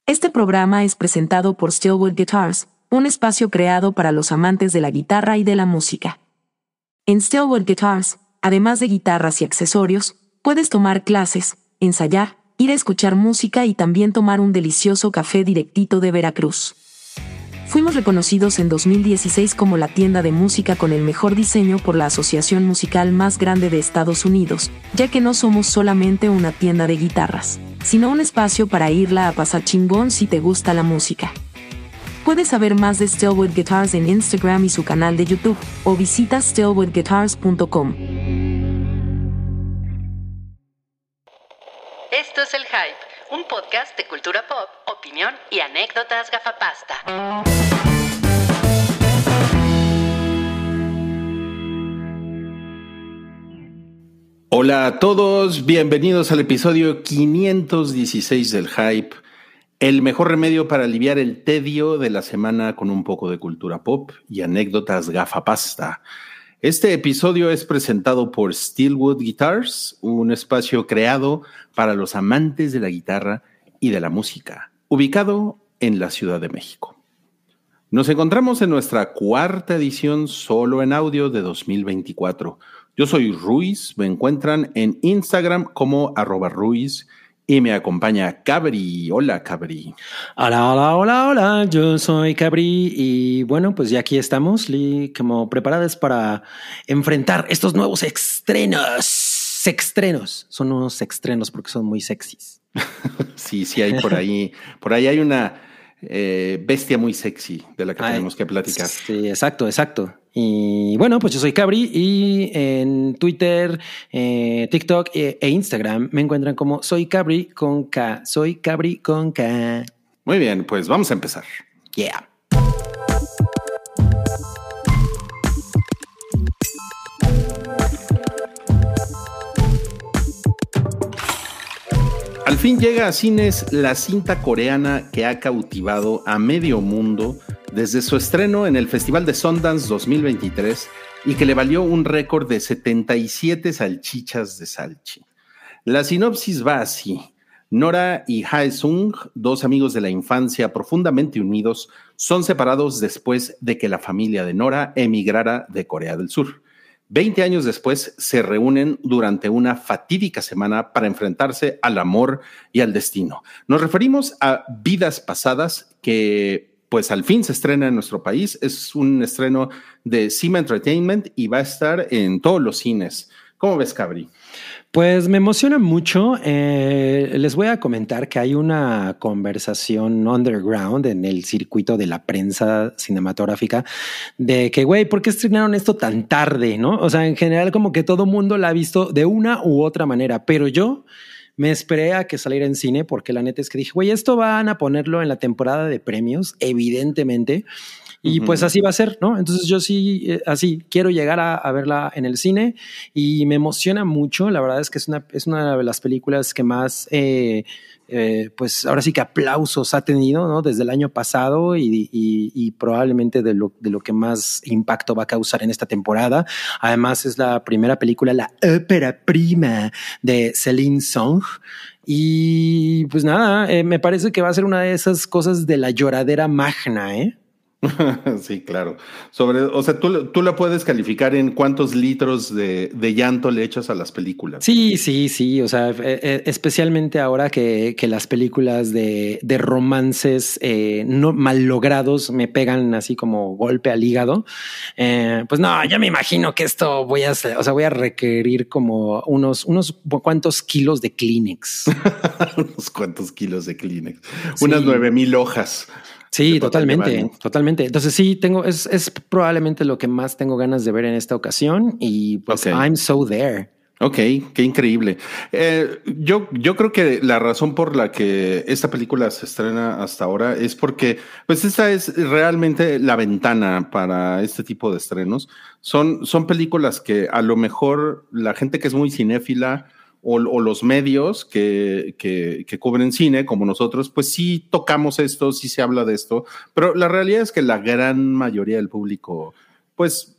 Este programa es presentado por Steelwood Guitars, un espacio creado para los amantes de la guitarra y de la música. En Steelwood Guitars, además de guitarras y accesorios, puedes tomar clases, ensayar, ir a escuchar música y también tomar un delicioso café directito de Veracruz. Fuimos reconocidos en 2016 como la tienda de música con el mejor diseño por la asociación musical más grande de Estados Unidos, ya que no somos solamente una tienda de guitarras, sino un espacio para irla a pasar chingón si te gusta la música. Puedes saber más de Steelwood Guitars en Instagram y su canal de YouTube, o visita steelwoodguitars.com. Esto es El Hype, un podcast de cultura pop, opinión y anécdotas gafapasta. Hola a todos, bienvenidos al episodio 516 del Hype, el mejor remedio para aliviar el tedio de la semana con un poco de cultura pop y anécdotas gafapasta. Este episodio es presentado por Steelwood Guitars, un espacio creado para los amantes de la guitarra y de la música, ubicado en la Ciudad de México. Nos encontramos en nuestra cuarta edición solo en audio de 2024. Yo soy Ruiz, me encuentran en Instagram como @Ruiz y me acompaña Cabri. Hola, Cabri. Hola, yo soy Cabri y bueno, pues ya aquí estamos como preparadas para enfrentar estos nuevos estrenos. Son unos estrenos porque son muy sexys. Sí, hay por ahí hay una bestia muy sexy de la que tenemos que platicar. Sí, exacto. Y bueno, pues yo soy Cabri y en Twitter, TikTok e Instagram me encuentran como Soy Cabri con K. Soy Cabri con K. Muy bien, pues vamos a empezar. Yeah. Al fin llega a cines la cinta coreana que ha cautivado a medio mundo desde su estreno en el Festival de Sundance 2023 y que le valió un récord de 77 salchichas de salchi. La sinopsis va así. Nora y Hae-sung, dos amigos de la infancia profundamente unidos, son separados después de que la familia de Nora emigrara de Corea del Sur. 20 años después se reúnen durante una fatídica semana para enfrentarse al amor y al destino. Nos referimos a Vidas Pasadas, que pues al fin se estrena en nuestro país. Es un estreno de Cima Entertainment y va a estar en todos los cines. ¿Cómo ves, Cabri? Pues me emociona mucho. Les voy a comentar que hay una conversación underground en el circuito de la prensa cinematográfica de que, güey, ¿por qué estrenaron esto tan tarde? ¿No? O sea, en general como que todo mundo la ha visto de una u otra manera, pero yo me esperé a que saliera en cine porque la neta es que dije, güey, esto van a ponerlo en la temporada de premios, evidentemente. Y pues así va a ser, ¿no? Entonces yo sí, así quiero llegar a verla en el cine y me emociona mucho. La verdad es que es una de las películas que más, pues ahora sí que aplausos ha tenido, ¿no? Desde el año pasado y probablemente de lo que más impacto va a causar en esta temporada. Además es la primera película, la ópera prima de Celine Song. Y pues nada, me parece que va a ser una de esas cosas de la lloradera magna, ¿eh? Sí, claro. O sea, tú la puedes calificar en cuántos litros de llanto le echas a las películas. Sí. O sea, especialmente ahora que las películas de romances no mal logrados me pegan así como golpe al hígado. Pues no, ya me imagino que esto voy a requerir como unos cuantos kilos de Kleenex. Unos cuantos kilos de Kleenex. Sí. Unas 9,000 hojas. Sí, totalmente. Entonces sí, es probablemente lo que más tengo ganas de ver en esta ocasión y pues okay. I'm so there. Ok, qué increíble. Yo creo que la razón por la que esta película se estrena hasta ahora es porque pues esta es realmente la ventana para este tipo de estrenos. Son películas que a lo mejor la gente que es muy cinéfila o los medios que cubren cine como nosotros, pues sí tocamos esto, sí se habla de esto, pero la realidad es que la gran mayoría del público pues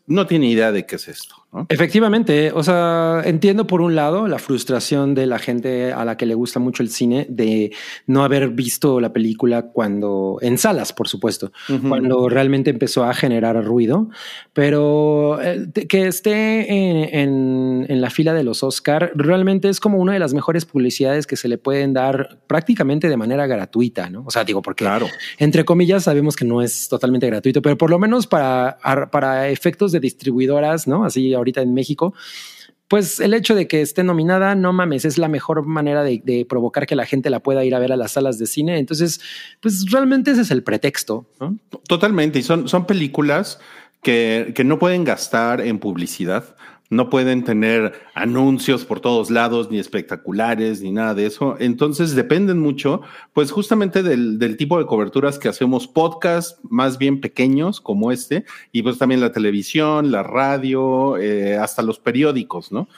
no tiene idea de qué es esto, ¿no? Efectivamente, o sea, entiendo por un lado la frustración de la gente a la que le gusta mucho el cine de no haber visto la película cuando, en salas, por supuesto, cuando realmente empezó a generar ruido, pero que esté en la fila de los Oscar realmente es como una de las mejores publicidades que se le pueden dar prácticamente de manera gratuita, ¿no? O sea, digo, porque Claro. entre comillas sabemos que no es totalmente gratuito, pero por lo menos para efectos de distribuidoras, ¿no? Así ahorita en México, pues el hecho de que esté nominada, no mames, es la mejor manera de provocar que la gente la pueda ir a ver a las salas de cine. Entonces, pues realmente ese es el pretexto, ¿no? Totalmente, y son películas que no pueden gastar en publicidad, no pueden tener anuncios por todos lados, ni espectaculares, ni nada de eso. Entonces dependen mucho, pues justamente del tipo de coberturas que hacemos, podcasts más bien pequeños como este, y pues también la televisión, la radio, hasta los periódicos, ¿no?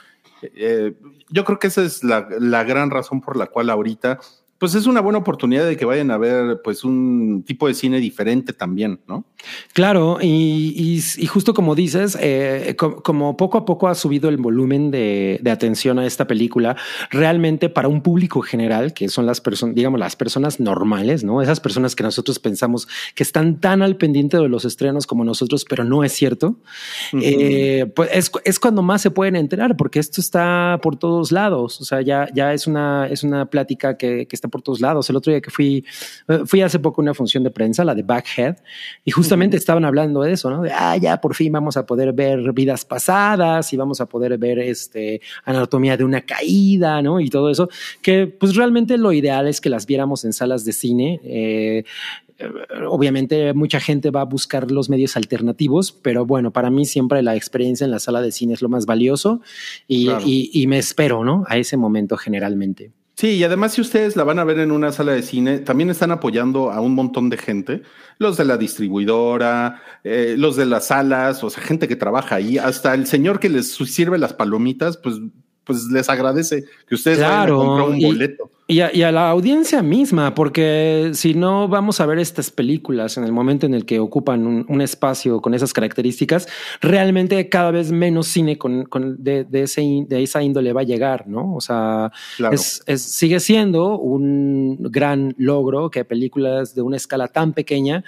Yo creo que esa es la gran razón por la cual ahorita pues es una buena oportunidad de que vayan a ver pues un tipo de cine diferente también, ¿no? Claro, y justo como dices, como poco a poco ha subido el volumen de atención a esta película, realmente para un público general, que son las personas, digamos, las personas normales, ¿no? Esas personas que nosotros pensamos que están tan al pendiente de los estrenos como nosotros, pero no es cierto. Pues es cuando más se pueden enterar, porque esto está por todos lados. O sea, ya es una plática que está por todos lados. El otro día que fui hace poco a una función de prensa, la de Backhead, y justamente estaban hablando de eso, ¿no? De, ya por fin vamos a poder ver Vidas Pasadas y vamos a poder ver Anatomía de una Caída, ¿no? Y todo eso, que pues realmente lo ideal es que las viéramos en salas de cine. Obviamente mucha gente va a buscar los medios alternativos, pero bueno, para mí siempre la experiencia en la sala de cine es lo más valioso y, Claro. y me espero, ¿no? A ese momento generalmente. Sí, y además si ustedes la van a ver en una sala de cine, también están apoyando a un montón de gente, los de la distribuidora, los de las salas, o sea, gente que trabaja ahí, hasta el señor que les sirve las palomitas, pues les agradece que ustedes vayan a comprar un boleto. Y a la audiencia misma, porque si no vamos a ver estas películas en el momento en el que ocupan un espacio con esas características, realmente cada vez menos cine de esa índole va a llegar, ¿no? O sea, Claro. sigue siendo un gran logro que películas de una escala tan pequeña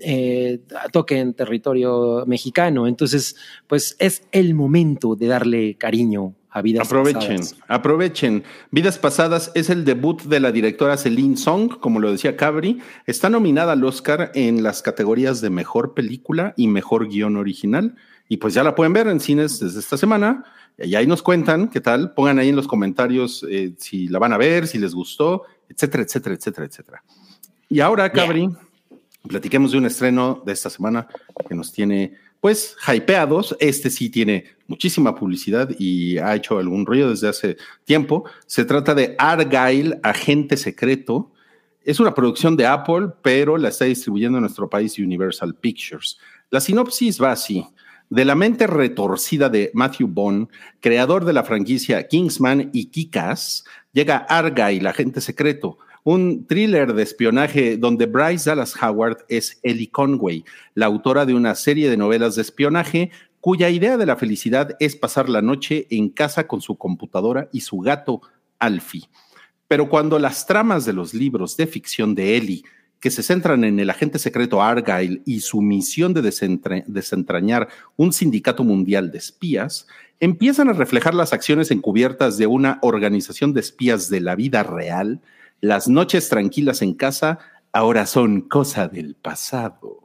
toquen territorio mexicano. Entonces, pues es el momento de darle cariño a Vidas Pasadas. Aprovechen. Vidas Pasadas es el debut de la directora Celine Song, como lo decía Cabri. Está nominada al Oscar en las categorías de Mejor Película y Mejor Guión Original. Y pues ya la pueden ver en cines desde esta semana. Y ahí nos cuentan qué tal. Pongan ahí en los comentarios si la van a ver, si les gustó, etcétera, etcétera, etcétera, etcétera. Y ahora, Cabri, platiquemos de un estreno de esta semana que nos tiene pues hypeados. Este sí tiene muchísima publicidad y ha hecho algún ruido desde hace tiempo. Se trata de Argylle, Agente Secreto. Es una producción de Apple, pero la está distribuyendo en nuestro país Universal Pictures. La sinopsis va así. De la mente retorcida de Matthew Vaughn, creador de la franquicia Kingsman y Kick-Ass, llega Argylle, Agente Secreto, un thriller de espionaje donde Bryce Dallas Howard es Ellie Conway, la autora de una serie de novelas de espionaje cuya idea de la felicidad es pasar la noche en casa con su computadora y su gato, Alfie. Pero cuando las tramas de los libros de ficción de Ellie, que se centran en el agente secreto Argylle y su misión de desentrañar un sindicato mundial de espías, empiezan a reflejar las acciones encubiertas de una organización de espías de la vida real, las noches tranquilas en casa ahora son cosa del pasado.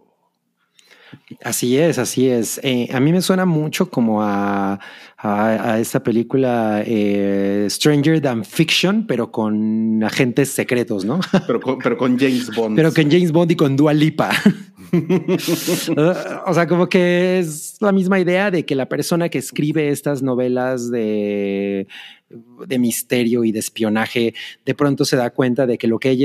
Así es, así es. A mí me suena mucho como a esta película Stranger Than Fiction, pero con agentes secretos, ¿no? Pero con James Bond. Pero con James Bond y con Dua Lipa. O sea, como que es la misma idea de que la persona que escribe estas novelas de misterio y de espionaje de pronto se da cuenta de que lo que ella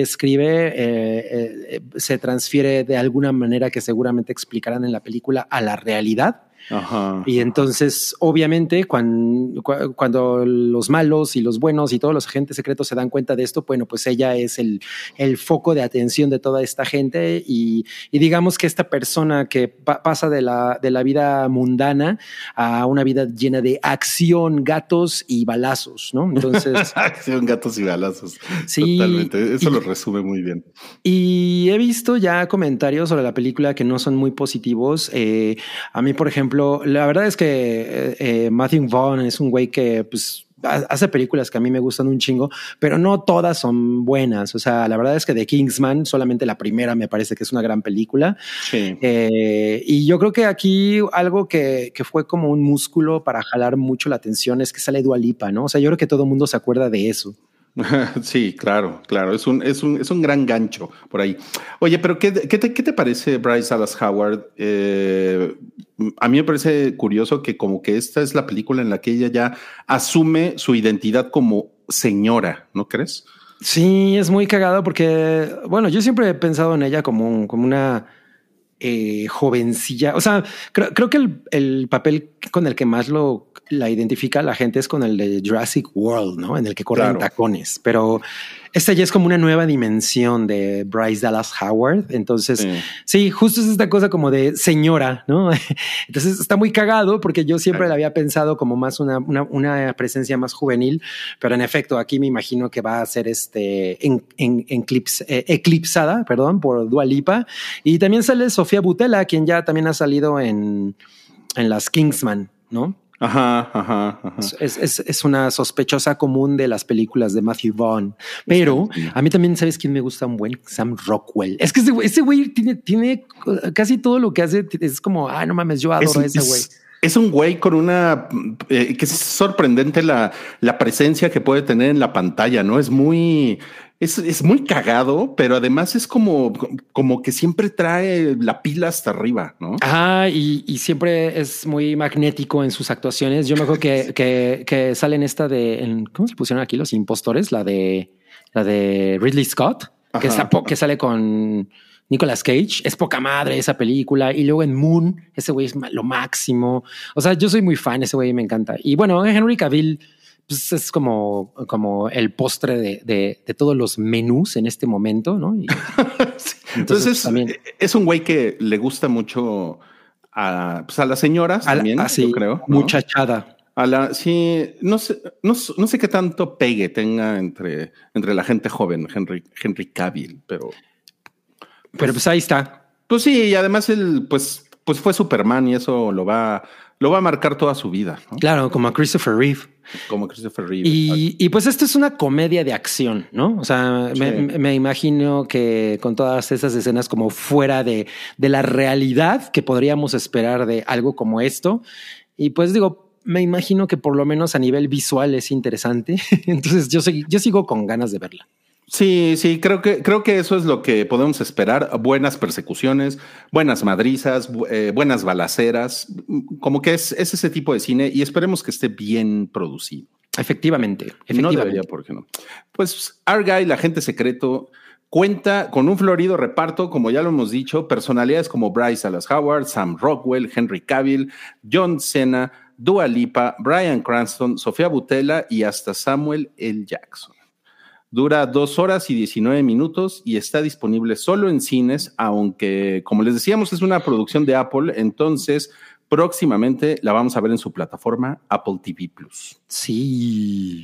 escribe se transfiere de alguna manera que seguramente explicarán en la película a la realidad. Ajá. Y entonces, obviamente, cuando los malos y los buenos y todos los agentes secretos se dan cuenta de esto, bueno, pues ella es el foco de atención de toda esta gente y digamos que esta persona que pasa de la vida mundana a una vida llena de acción, gatos y balazos, ¿no? Entonces... acción, gatos y balazos. Sí. Totalmente. Eso lo resume muy bien. Y he visto ya comentarios sobre la película que no son muy positivos. A mí, por ejemplo, la verdad es que Matthew Vaughn es un güey que pues hace películas que a mí me gustan un chingo, pero no todas son buenas. O sea, la verdad es que The Kingsman, solamente la primera me parece que es una gran película. Sí. Y yo creo que aquí algo que fue como un músculo para jalar mucho la atención es que sale Dua Lipa, ¿no? O sea, yo creo que todo el mundo se acuerda de eso. Sí, claro. Es un gran gancho por ahí. Oye, pero ¿qué te parece Bryce Dallas Howard? A mí me parece curioso que como que esta es la película en la que ella ya asume su identidad como señora, ¿no crees? Sí, es muy cagado porque, bueno, yo siempre he pensado en ella como una jovencilla. O sea, creo que el papel con el que más la identifica la gente es con el de Jurassic World, ¿no? En el que corren tacones. Pero esta ya es como una nueva dimensión de Bryce Dallas Howard. Entonces, sí, justo es esta cosa como de señora, ¿no? Entonces está muy cagado porque yo siempre la había pensado como más una presencia más juvenil, pero en efecto aquí me imagino que va a ser eclipsada, por Dua Lipa. Y también sale Sofía Boutella, quien ya también ha salido en las Kingsman, ¿no? Ajá. Es una sospechosa común de las películas de Matthew Vaughn. Pero a mí también, ¿sabes quién me gusta un buen? Sam Rockwell. Es que ese güey tiene casi todo lo que hace. Es como, no mames, yo adoro a ese güey. Es un güey con una que es sorprendente la presencia que puede tener en la pantalla, ¿no? Es muy cagado, pero además es como que siempre trae la pila hasta arriba, ¿no? Y siempre es muy magnético en sus actuaciones. Yo me acuerdo que sale en esta ¿cómo se pusieron aquí los impostores? La de Ridley Scott, que sale con Nicolas Cage. Es poca madre esa película. Y luego en Moon, ese güey es lo máximo. O sea, yo soy muy fan, ese güey me encanta. Y bueno, Henry Cavill pues es como el postre de todos los menús en este momento, ¿no? Sí. Entonces también es un güey que le gusta mucho a las señoras también, yo creo, ¿no? Muchachada. Sí, no sé qué tanto pegue tenga entre la gente joven, Henry Cavill, pero pues ahí está. Pues sí, y además él pues fue Superman y eso lo va a marcar toda su vida, ¿no? Claro, como a Christopher Reeve. Y pues esto es una comedia de acción, ¿no? O sea, sí. me imagino que con todas esas escenas como fuera de la realidad que podríamos esperar de algo como esto. Y pues digo, me imagino que por lo menos a nivel visual es interesante. Entonces yo sigo con ganas de verla. Sí, creo que eso es lo que podemos esperar. Buenas persecuciones, buenas madrizas, buenas balaceras. Como que es ese tipo de cine y esperemos que esté bien producido. Efectivamente. No debería, ¿por qué no? Pues Argyle, agente secreto, cuenta con un florido reparto, como ya lo hemos dicho, personalidades como Bryce Dallas Howard, Sam Rockwell, Henry Cavill, John Cena, Dua Lipa, Bryan Cranston, Sofía Boutella y hasta Samuel L. Jackson. Dura 2 horas y 19 minutos y está disponible solo en cines, aunque, como les decíamos, es una producción de Apple, entonces próximamente la vamos a ver en su plataforma Apple TV+. Sí.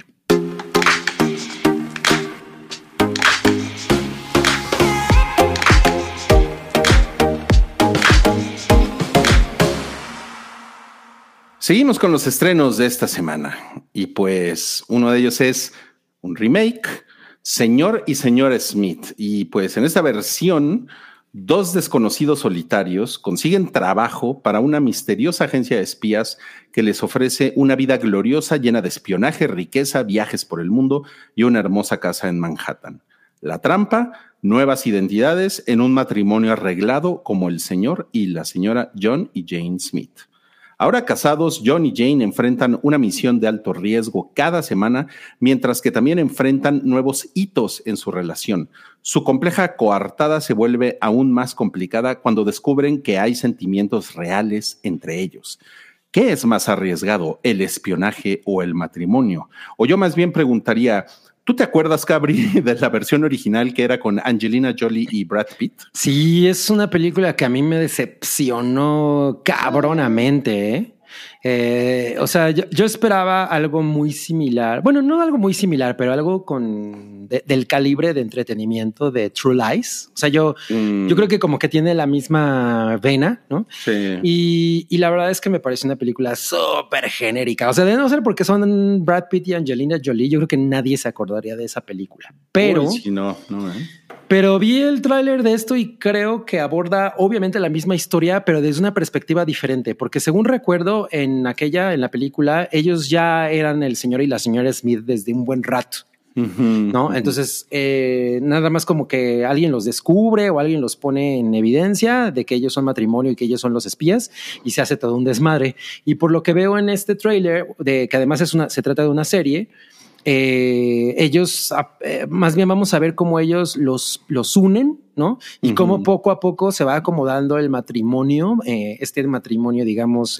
Seguimos con los estrenos de esta semana y pues uno de ellos es un remake, Señor y Señora Smith. Y pues en esta versión, 2 desconocidos solitarios consiguen trabajo para una misteriosa agencia de espías que les ofrece una vida gloriosa llena de espionaje, riqueza, viajes por el mundo y una hermosa casa en Manhattan. La trampa, nuevas identidades en un matrimonio arreglado como el señor y la señora John y Jane Smith. Ahora casados, John y Jane enfrentan una misión de alto riesgo cada semana, mientras que también enfrentan nuevos hitos en su relación. Su compleja coartada se vuelve aún más complicada cuando descubren que hay sentimientos reales entre ellos. ¿Qué es más arriesgado, el espionaje o el matrimonio? O yo más bien preguntaría, ¿tú te acuerdas, Cabri, de la versión original que era con Angelina Jolie y Brad Pitt? Sí, es una película que a mí me decepcionó cabronamente, ¿eh? O sea, yo esperaba algo muy similar. Bueno, no algo muy similar, pero algo del calibre de entretenimiento de True Lies. O sea, yo creo que como que tiene la misma vena, ¿no? Sí. Y la verdad es que me parece una película súper genérica. O sea, de no ser porque son Brad Pitt y Angelina Jolie, yo creo que nadie se acordaría de esa película. Pero Uy, sí, no. Pero vi el tráiler de esto y creo que aborda obviamente la misma historia, pero desde una perspectiva diferente, porque según recuerdo en la película, ellos ya eran el señor y la señora Smith desde un buen rato. ¿No? Entonces, nada más como que alguien los descubre o alguien los pone en evidencia de que ellos son matrimonio y que ellos son los espías y se hace todo un desmadre. Y por lo que veo en este tráiler, que además se trata de una serie, ellos más bien vamos a ver cómo ellos los unen, ¿no? Y cómo poco a poco se va acomodando el matrimonio, este matrimonio, digamos,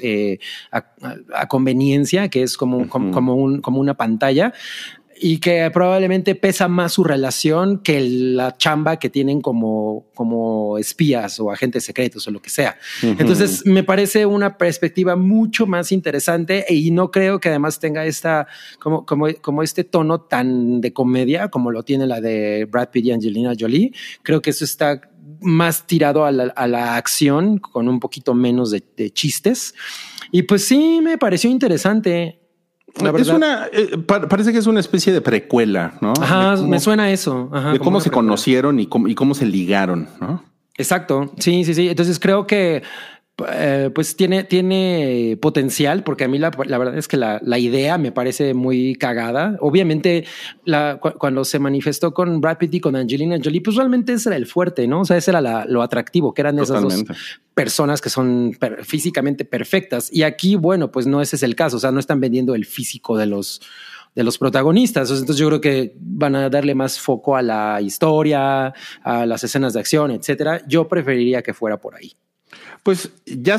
a conveniencia, que es como una pantalla, y que probablemente pesa más su relación que la chamba que tienen como espías o agentes secretos o lo que sea. Entonces me parece una perspectiva mucho más interesante y no creo que además tenga como este tono tan de comedia como lo tiene la de Brad Pitt y Angelina Jolie. Creo que eso está más tirado a la acción con un poquito menos de chistes. Y pues sí, me pareció interesante. Parece que es una especie de precuela, ¿no? Ajá, me suena eso. Ajá, de cómo se conocieron y cómo se ligaron, ¿no? Exacto. Sí. Entonces creo que pues tiene potencial, porque a mí la verdad es que la idea me parece muy cagada. Obviamente, cuando se manifestó con Brad Pitt y con Angelina Jolie, pues realmente ese era el fuerte, ¿no? O sea, ese era lo atractivo, que eran esas dos personas que son físicamente perfectas. Y aquí, bueno, pues no ese es el caso. O sea, no están vendiendo el físico de los protagonistas. Entonces yo creo que van a darle más foco a la historia, a las escenas de acción, etcétera. Yo preferiría que fuera por ahí. Pues ya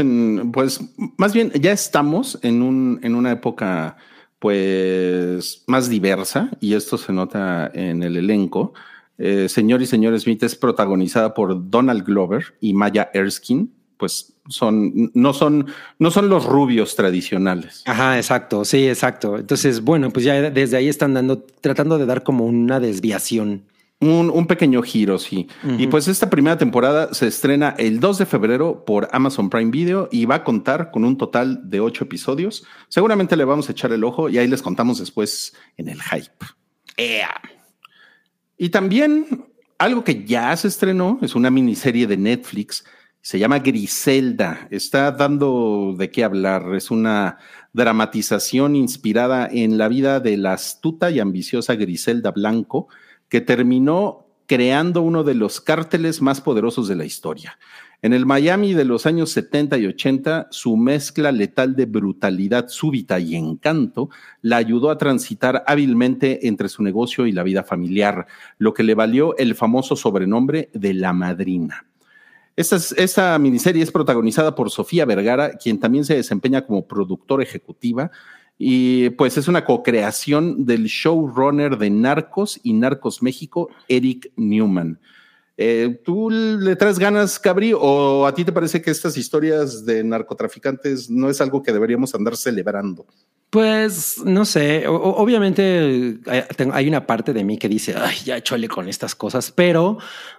más bien ya estamos en una época pues más diversa, y esto se nota en el elenco. Señor y señor Smith es protagonizada por Donald Glover y Maya Erskine. Pues no son los rubios tradicionales. Ajá, exacto. Sí, exacto. Entonces, bueno, pues ya desde ahí están tratando de dar como una desviación. Un pequeño giro, sí. Y pues esta primera temporada se estrena el 2 de febrero por Amazon Prime Video y va a contar con un total de 8 episodios. Seguramente le vamos a echar el ojo y ahí les contamos después en el hype. Y también algo que ya se estrenó es una miniserie de Netflix. Se llama Griselda. Está dando de qué hablar. Es una dramatización inspirada en la vida de la astuta y ambiciosa Griselda Blanco, que terminó creando uno de los cárteles más poderosos de la historia. En el Miami de los años 70 y 80, su mezcla letal de brutalidad súbita y encanto la ayudó a transitar hábilmente entre su negocio y la vida familiar, lo que le valió el famoso sobrenombre de La Madrina. Esta miniserie es protagonizada por Sofía Vergara, quien también se desempeña como productora ejecutiva, y pues es una co-creación del showrunner de Narcos y Narcos México, Eric Newman. ¿Tú le traes ganas, Cabri, o a ti te parece que estas historias de narcotraficantes no es algo que deberíamos andar celebrando? Pues no sé, obviamente hay una parte de mí que dice, ay, ya chole con estas cosas, pero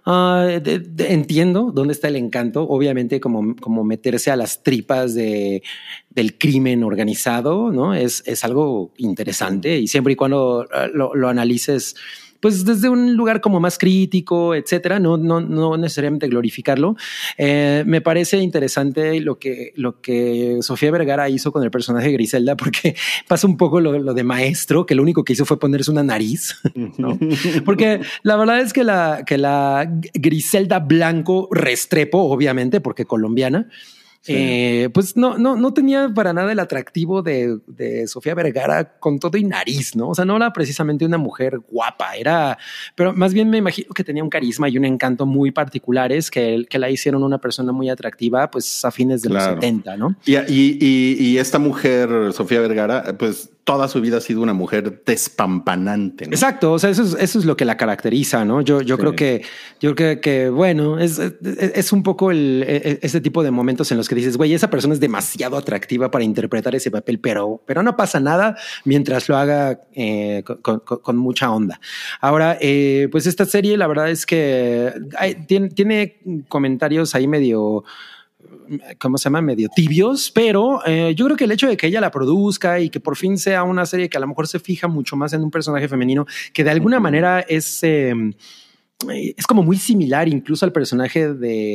entiendo dónde está el encanto. Obviamente como meterse a las tripas del crimen organizado, ¿no? Es algo interesante, y siempre y cuando lo analices pues desde un lugar como más crítico, etcétera, no necesariamente glorificarlo. Me parece interesante lo que Sofía Vergara hizo con el personaje de Griselda, porque pasa un poco lo de Maestro, que lo único que hizo fue ponerse una nariz, ¿no? Porque la verdad es que la Griselda Blanco Restrepo, obviamente, porque colombiana, pues no tenía para nada el atractivo de Sofía Vergara con todo y nariz, ¿no? O sea, no era precisamente una mujer guapa, pero más bien me imagino que tenía un carisma y un encanto muy particulares que la hicieron una persona muy atractiva, pues a fines de los 70, ¿no? Y esta mujer, Sofía Vergara, pues toda su vida ha sido una mujer despampanante, ¿no? Exacto, o sea, eso es lo que la caracteriza, ¿no? Yo creo que bueno, es un poco ese tipo de momentos en los que dices, güey, esa persona es demasiado atractiva para interpretar ese papel, pero no pasa nada mientras lo haga con mucha onda. Ahora, pues esta serie, la verdad es que tiene comentarios ahí medio, ¿cómo se llama? Medio tibios, pero yo creo que el hecho de que ella la produzca y que por fin sea una serie que a lo mejor se fija mucho más en un personaje femenino que de alguna manera es como muy similar incluso al personaje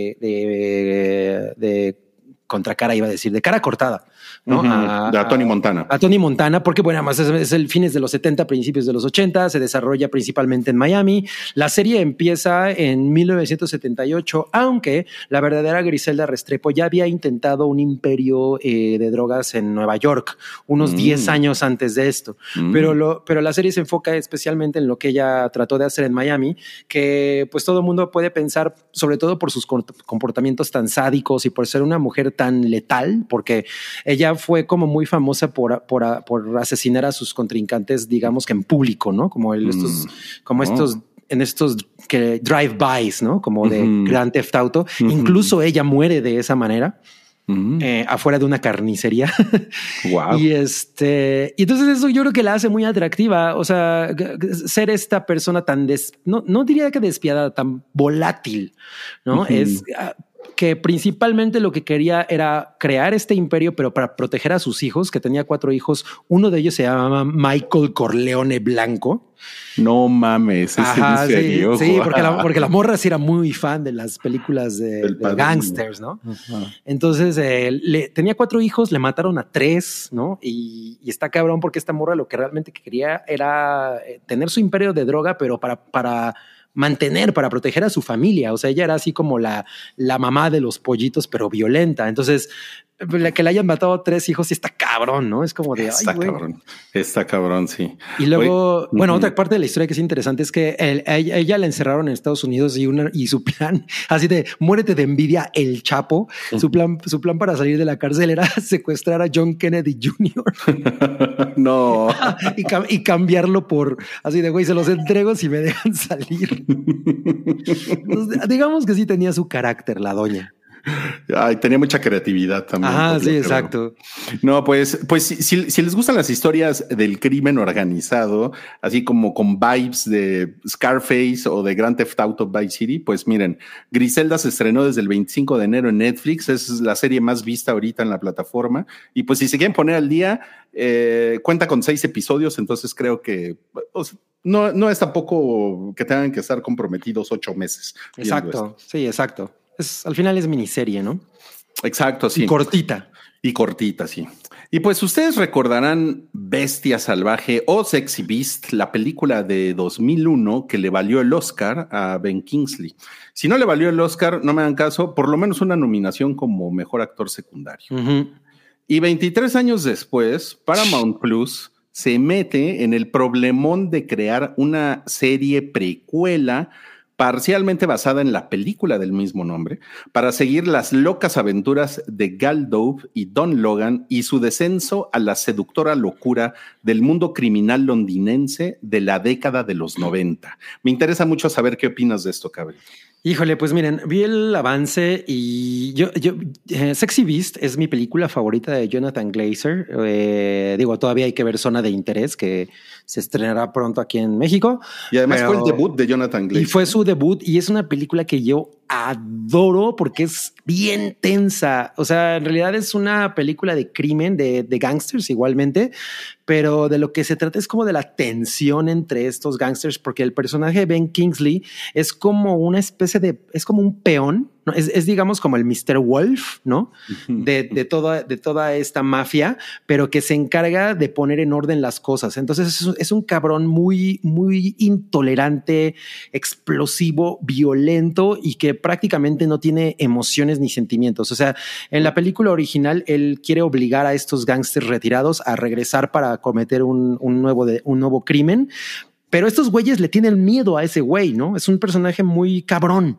de Contra Cara, iba a decir, de Cara Cortada, ¿no? A Tony Montana. A Tony Montana, porque bueno, además es el fines de los 70, principios de los 80, se desarrolla principalmente en Miami. La serie empieza en 1978, aunque la verdadera Griselda Restrepo ya había intentado un imperio de drogas en Nueva York, unos 10 años antes de esto. Pero la serie se enfoca especialmente en lo que ella trató de hacer en Miami, que pues todo el mundo puede pensar, sobre todo por sus comportamientos tan sádicos y por ser una mujer tan letal, porque ella fue como muy famosa por asesinar a sus contrincantes, digamos que en público, ¿no? Como estos que drive-bys, ¿no? Como de Grand Theft Auto. Incluso ella muere de esa manera. Afuera de una carnicería. Wow. Y entonces eso yo creo que la hace muy atractiva. O sea, ser esta persona tan no diría que despiadada, tan volátil, ¿no? Es que principalmente lo que quería era crear este imperio, pero para proteger a sus hijos, que tenía 4 hijos. Uno de ellos se llamaba Michael Corleone Blanco. No mames, ¿es en serio? Sí, porque la morra sí era muy fan de las películas de gangsters, ¿no? Entonces tenía 4 hijos, le mataron a 3, ¿no? Y está cabrón porque esta morra lo que realmente quería era tener su imperio de droga, pero para proteger a su familia. O sea, ella era así como la mamá de los pollitos, pero violenta. Entonces, que le hayan matado 3 hijos y está cabrón, ¿no? Es como de... Está cabrón, sí. Y luego, bueno, otra parte de la historia que es interesante es que ella la encerraron en Estados Unidos y su plan, así de muérete de envidia, el Chapo, su plan para salir de la cárcel era secuestrar a John Kennedy Jr. No. y cambiarlo por así de, güey, se los entrego si me dejan salir. Entonces, digamos que sí tenía su carácter la doña. Ay, tenía mucha creatividad también. Sí, exacto. No, pues si les gustan las historias del crimen organizado, así como con vibes de Scarface o de Grand Theft Auto Vice City, pues miren, Griselda se estrenó desde el 25 de enero en Netflix, es la serie más vista ahorita en la plataforma, y pues si se quieren poner al día, cuenta con 6 episodios, entonces creo que no es tampoco que tengan que estar comprometidos 8 meses. Exacto, sí, exacto. Al final es miniserie, ¿no? Exacto, sí. Y cortita, sí. Y pues ustedes recordarán Bestia Salvaje o Sexy Beast, la película de 2001 que le valió el Oscar a Ben Kingsley. Si no le valió el Oscar, no me hagan caso, por lo menos una nominación como mejor actor secundario. Y 23 años después, Paramount Plus se mete en el problemón de crear una serie precuela parcialmente basada en la película del mismo nombre, para seguir las locas aventuras de Gal Dove y Don Logan y su descenso a la seductora locura del mundo criminal londinense de la década de los 90. Me interesa mucho saber qué opinas de esto, Cabri. Híjole, pues miren, vi el avance y Sexy Beast es mi película favorita de Jonathan Glazer. Todavía hay que ver Zona de Interés, que se estrenará pronto aquí en México. Y además fue el debut de Jonathan Glazer. Y fue su debut y es una película que yo adoro porque es bien tensa. O sea, en realidad es una película de crimen, de gangsters igualmente, pero de lo que se trata es como de la tensión entre estos gangsters, porque el personaje de Ben Kingsley es como una especie es como un peón ¿no? Es digamos como el Mr. Wolf, ¿no? De toda esta mafia, pero que se encarga de poner en orden las cosas. Entonces es un cabrón muy, muy intolerante, explosivo, violento y que prácticamente no tiene emociones ni sentimientos. O sea, en la película original, él quiere obligar a estos gángsters retirados a regresar para cometer un nuevo crimen. Pero estos güeyes le tienen miedo a ese güey, ¿no? Es un personaje muy cabrón.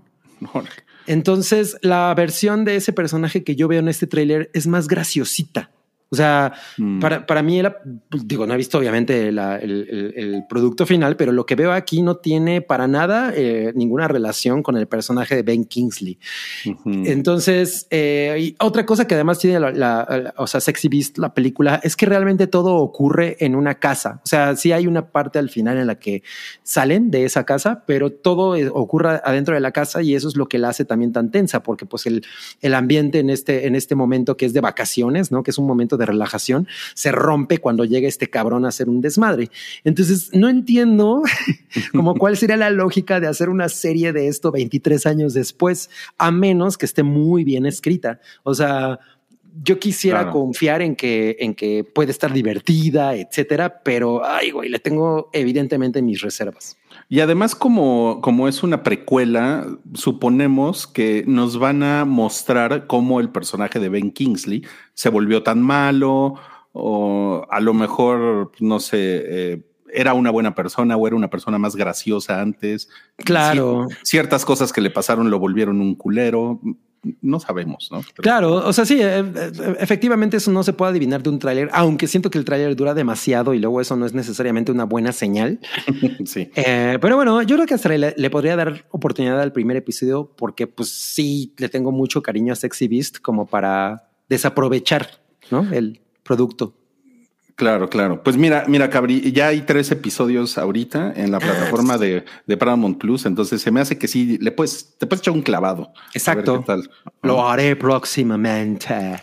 Entonces, la versión de ese personaje que yo veo en este tráiler es más graciosita. O sea, para mí, digo, no he visto obviamente el producto final, pero lo que veo aquí no tiene para nada ninguna relación con el personaje de Ben Kingsley. Entonces, y otra cosa que además tiene o sea, Sexy Beast, la película, es que realmente todo ocurre en una casa. O sea, sí hay una parte al final en la que salen de esa casa, pero todo ocurre adentro de la casa y eso es lo que la hace también tan tensa, porque pues el ambiente en este momento que es de vacaciones, ¿no? Que es un momento de relajación, se rompe cuando llega este cabrón a hacer un desmadre. Entonces no entiendo como cuál sería la lógica de hacer una serie de esto 23 años después, a menos que esté muy bien escrita. O sea, yo quisiera confiar en que puede estar divertida, etcétera, pero ay, güey, le tengo evidentemente mis reservas. Y además, como es una precuela, suponemos que nos van a mostrar cómo el personaje de Ben Kingsley se volvió tan malo, o a lo mejor, no sé, era una buena persona o era una persona más graciosa antes. Claro. Ciertas cosas que le pasaron lo volvieron un culero. No sabemos, ¿no? Pero... Claro, o sea, sí, efectivamente eso no se puede adivinar de un tráiler, aunque siento que el tráiler dura demasiado y luego eso no es necesariamente una buena señal. Sí. Pero bueno, yo creo que hasta le podría dar oportunidad al primer episodio porque pues sí le tengo mucho cariño a Sexy Beast como para desaprovechar, ¿no? El producto. Claro. Pues mira, Cabri, ya hay 3 episodios ahorita en la plataforma de Paramount Plus, entonces se me hace que sí, te puedes echar un clavado. Exacto. A ver qué tal. Lo haré próximamente.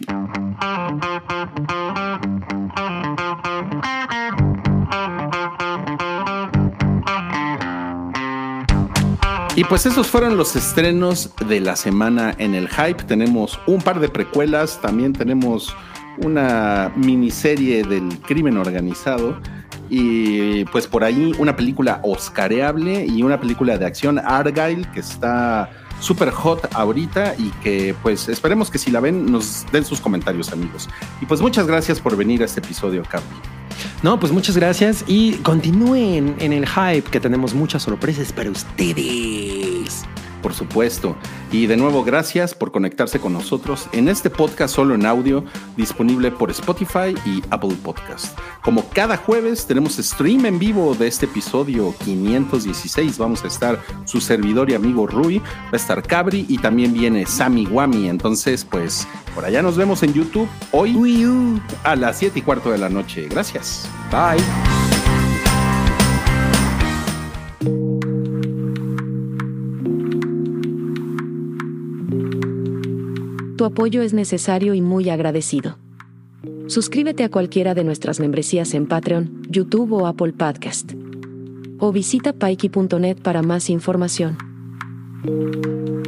Y pues esos fueron los estrenos de la semana en el Hype. Tenemos un par de precuelas, también tenemos una miniserie del crimen organizado y pues por ahí una película oscareable y una película de acción, Argyle, que está súper hot ahorita y que pues esperemos que si la ven nos den sus comentarios, amigos. Y pues muchas gracias por venir a este episodio, Capi. No, pues muchas gracias y continúen en el Hype, que tenemos muchas sorpresas para ustedes. Por supuesto. Y de nuevo, gracias por conectarse con nosotros en este podcast solo en audio, disponible por Spotify y Apple Podcast. Como cada jueves tenemos stream en vivo de este episodio 516. Vamos a estar su servidor y amigo Rui, va a estar Cabri y también viene Sammy Wami. Entonces, pues, por allá nos vemos en YouTube hoy a las 7:15 de la noche. Gracias. Bye. Tu apoyo es necesario y muy agradecido. Suscríbete a cualquiera de nuestras membresías en Patreon, YouTube o Apple Podcast. O visita paiki.net para más información.